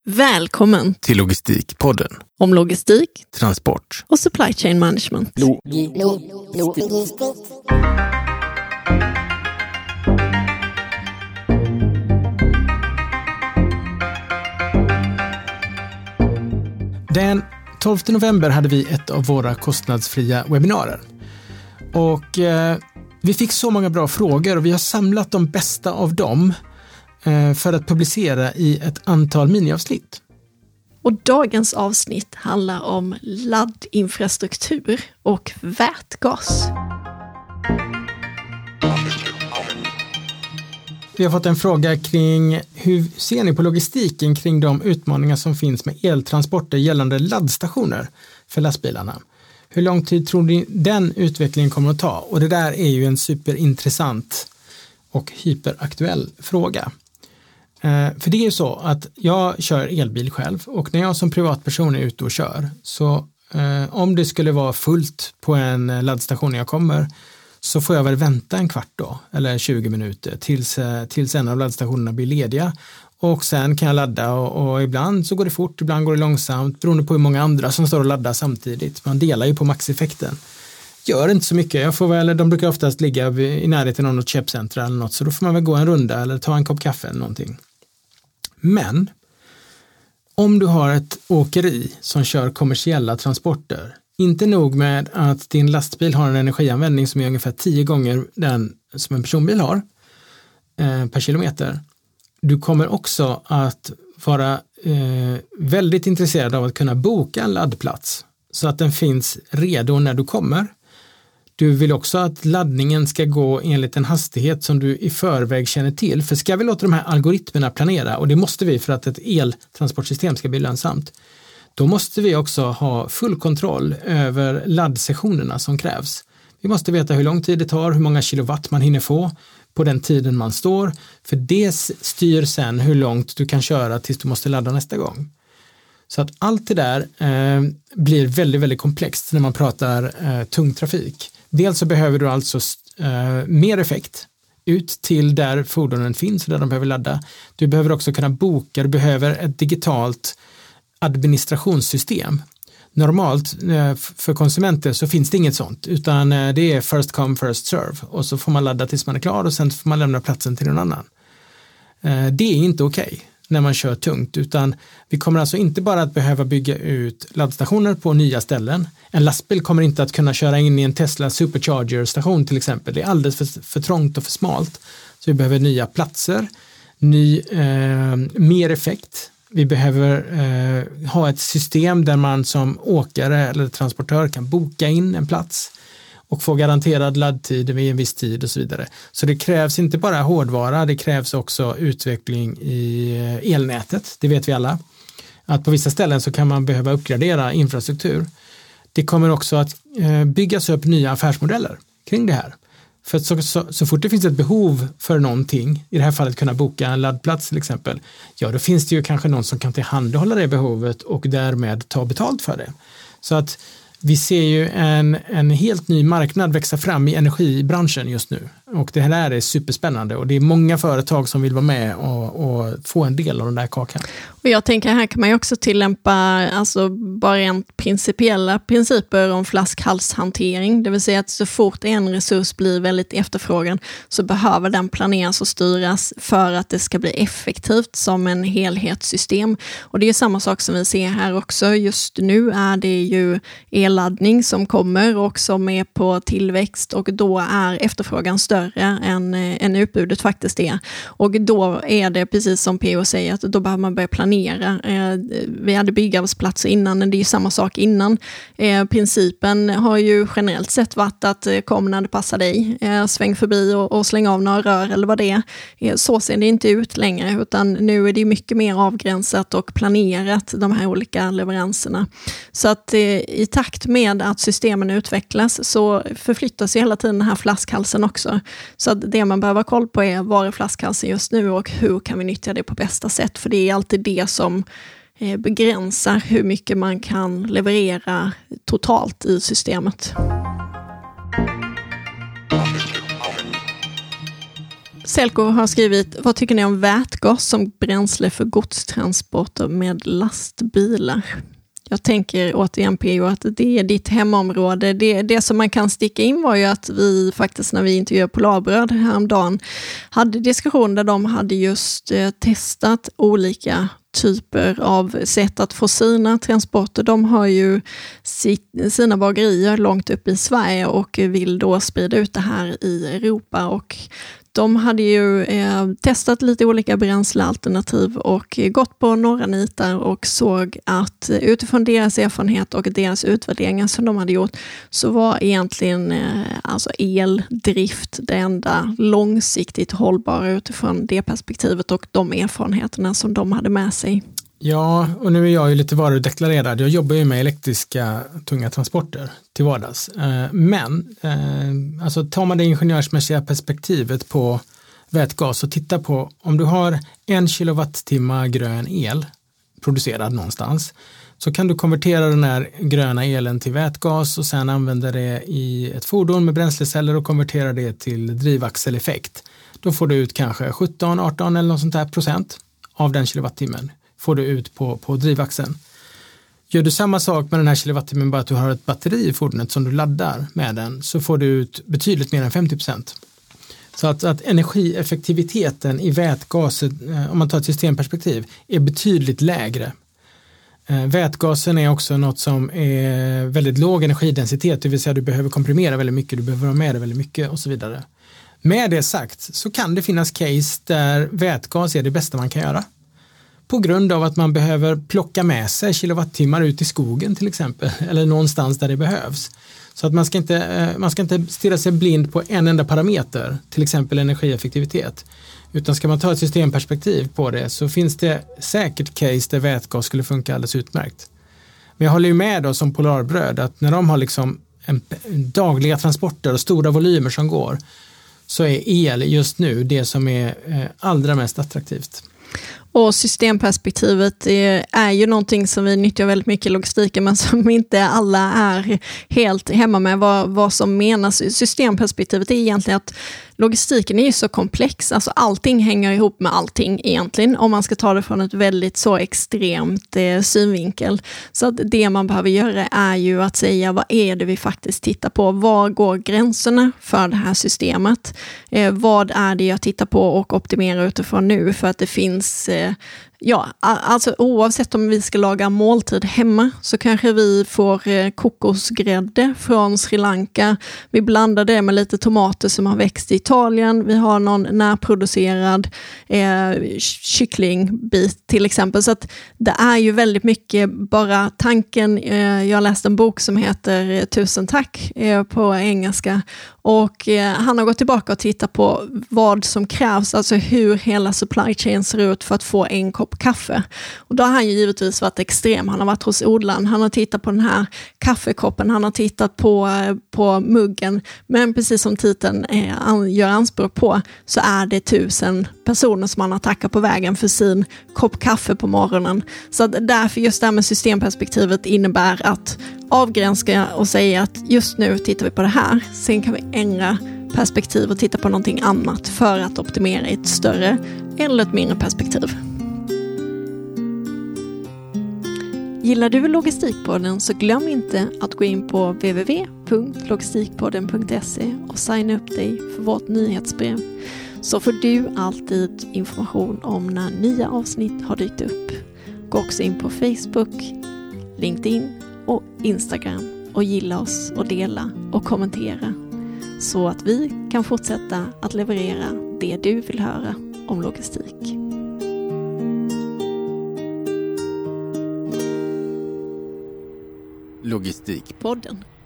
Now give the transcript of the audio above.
Välkommen till Logistikpodden. Om logistik, transport och supply chain management. Den 12 november hade vi ett av våra kostnadsfria webbinarier. Och vi fick så många bra frågor och vi har samlat de bästa av dem för att publicera i ett antal miniavsnitt. Och dagens avsnitt handlar om laddinfrastruktur och vätgas. Vi har fått en fråga kring hur ser ni på logistiken kring de utmaningar som finns med eltransporter gällande laddstationer för lastbilarna. Hur lång tid tror ni den utvecklingen kommer att ta? Och det där är ju en superintressant och hyperaktuell fråga. För det är ju så att jag kör elbil själv och när jag som privatperson är ute och kör så om det skulle vara fullt på en laddstation när jag kommer så får jag väl vänta en kvart då eller 20 minuter tills en av laddstationerna blir lediga och sen kan jag ladda och ibland så går det fort, ibland går det långsamt beroende på hur många andra som står och laddar samtidigt. Man delar ju på maxeffekten. Gör inte så mycket. De brukar oftast ligga i närheten av något köpcentra eller något så då får man väl gå en runda eller ta en kopp kaffe eller någonting. Men om du har ett åkeri som kör kommersiella transporter, inte nog med att din lastbil har en energianvändning som är ungefär 10 gånger den som en personbil har per kilometer. Du kommer också att vara väldigt intresserad av att kunna boka en laddplats så att den finns redo när du kommer. Du vill också att laddningen ska gå enligt en hastighet som du i förväg känner till. För ska vi låta de här algoritmerna planera, och det måste vi för att ett eltransportsystem ska bli lönsamt, då måste vi också ha full kontroll över laddsessionerna som krävs. Vi måste veta hur lång tid det tar, hur många kilowatt man hinner få på den tiden man står. För det styr sen hur långt du kan köra tills du måste ladda nästa gång. Så att allt det där blir väldigt, väldigt komplext när man pratar tung trafik. Dels så behöver du alltså mer effekt ut till där fordonen finns, där de behöver ladda. Du behöver också kunna boka, du behöver ett digitalt administrationssystem. Normalt för konsumenter så finns det inget sånt, utan det är first come, first serve. Och så får man ladda tills man är klar och sen får man lämna platsen till någon annan. Det är inte okej när man kör tungt, utan vi kommer alltså inte bara att behöva bygga ut laddstationer på nya ställen. En lastbil kommer inte att kunna köra in i en Tesla Supercharger-station till exempel. Det är alldeles för trångt och för smalt. Så vi behöver nya platser, mer effekt. Vi behöver ha ett system där man som åkare eller transportör kan boka in en plats och få garanterad laddtid vid en viss tid och så vidare. Så det krävs inte bara hårdvara, det krävs också utveckling i elnätet. Det vet vi alla. Att på vissa ställen så kan man behöva uppgradera infrastruktur. Det kommer också att byggas upp nya affärsmodeller kring det här. För så fort det finns ett behov för någonting, i det här fallet kunna boka en laddplats till exempel, ja då finns det ju kanske någon som kan tillhandahålla det behovet och därmed ta betalt för det. Så att vi ser ju en helt ny marknad växa fram i energibranschen just nu. Och det här är superspännande och det är många företag som vill vara med och få en del av den där kakan. Och jag tänker här kan man ju också tillämpa alltså bara rent principiella principer om flaskhalshantering. Det vill säga att så fort en resurs blir väldigt efterfrågan så behöver den planeras och styras för att det ska bli effektivt som en helhetssystem. Och det är samma sak som vi ser här också. Just nu är det ju elladdning som kommer och som är på tillväxt och då är efterfrågan större än utbudet faktiskt är. Och då är det precis som PO säger att då behöver man börja planera. Vi hade byggarbetsplatser innan, men det är ju samma sak innan. Principen har ju generellt sett varit att kom när det passar dig, sväng förbi och släng av några rör eller vad det är. Så ser det inte ut längre utan nu är det mycket mer avgränsat och planerat de här olika leveranserna. Så att i takt med att systemen utvecklas så förflyttas hela tiden den här flaskhalsen också. Så att det man behöver ha koll på är var är flaskhalsen just nu och hur kan vi nyttja det på bästa sätt. För det är alltid det som begränsar hur mycket man kan leverera totalt i systemet. Selko har skrivit, vad tycker ni om vätgas som bränsle för godstransporter med lastbilar? Jag tänker återigen PO att det är ditt hemområde. Det som man kan sticka in var ju att vi faktiskt när vi intervjuade Polarbröd häromdagen hade diskussion där de hade just testat olika typer av sätt att få sina transporter. De har ju sina bagerier långt upp i Sverige och vill då sprida ut det här i Europa, och de hade ju testat lite olika bränslealternativ och gått på några nitar och såg att utifrån deras erfarenhet och deras utvärderingar som de hade gjort så var egentligen alltså eldrift det enda långsiktigt hållbara utifrån det perspektivet och de erfarenheterna som de hade med sig. Ja, och nu är jag ju lite varudeklarerad. Jag jobbar ju med elektriska tunga transporter till vardags. Men alltså tar man det ingenjörsmässiga perspektivet på vätgas och tittar på om du har 1 kilowattimme grön el producerad någonstans, så kan du konvertera den här gröna elen till vätgas och sen använda det i ett fordon med bränsleceller och konvertera det till drivaxeleffekt. Då får du ut kanske 17, 18 eller något sånt där procent av den kilowattimmen får du ut på drivaxeln. Gör du samma sak med den här kilowattimmen, bara att du har ett batteri i fordonet som du laddar med den, så får du ut betydligt mer än 50%. Så att energieffektiviteten i vätgaset, om man tar ett systemperspektiv, är betydligt lägre. Vätgasen är också något som är väldigt låg energidensitet, det vill säga du behöver komprimera väldigt mycket, du behöver ha med det väldigt mycket och så vidare. Med det sagt så kan det finnas case där vätgas är det bästa man kan göra. På grund av att man behöver plocka med sig kilowattimmar ut i skogen till exempel, eller någonstans där det behövs. Så att man ska inte stirra sig blind på en enda parameter, till exempel energieffektivitet. Utan ska man ta ett systemperspektiv på det så finns det säkert case där vätgas skulle funka alldeles utmärkt. Men jag håller ju med då som Polarbröd att när de har liksom dagliga transporter och stora volymer som går, så är el just nu det som är allra mest attraktivt. Och systemperspektivet är ju någonting som vi nyttjar väldigt mycket i logistiken, men som inte alla är helt hemma med vad som menas. Systemperspektivet är egentligen att logistiken är ju så komplex, alltså allting hänger ihop med allting egentligen, om man ska ta det från ett väldigt så extremt synvinkel. Så att det man behöver göra är ju att säga, vad är det vi faktiskt tittar på? Var går gränserna för det här systemet? Vad är det jag tittar på och optimerar utifrån nu? För att det finns alltså oavsett om vi ska laga måltid hemma så kanske vi får kokosgrädde från Sri Lanka. Vi blandar det med lite tomater som har växt i Italien. Vi har någon närproducerad kycklingbit till exempel. Så att det är ju väldigt mycket bara tanken. Jag läste en bok som heter 1000 tack på engelska. Och han har gått tillbaka och tittat på vad som krävs, alltså hur hela supply chain ser ut för att få en kopp kaffe. Och då har han ju givetvis varit extrem. Han har varit hos odlaren, han har tittat på den här kaffekoppen, han har tittat på muggen. Men precis som titeln gör anspråk på så är det 1000 personer som han har tackat på vägen för sin kopp kaffe på morgonen. Så att därför just det här med systemperspektivet innebär att avgränska och säga att just nu tittar vi på det här. Sen kan vi ändra perspektiv och titta på någonting annat för att optimera i ett större eller ett mindre perspektiv. Gillar du Logistikpodden så glöm inte att gå in på www.logistikpodden.se och signa upp dig för vårt nyhetsbrev. Så får du alltid information om när nya avsnitt har dykt upp. Gå också in på Facebook, LinkedIn och Instagram och gilla oss och dela och kommentera så att vi kan fortsätta att leverera det du vill höra om logistik. Logistikpodden.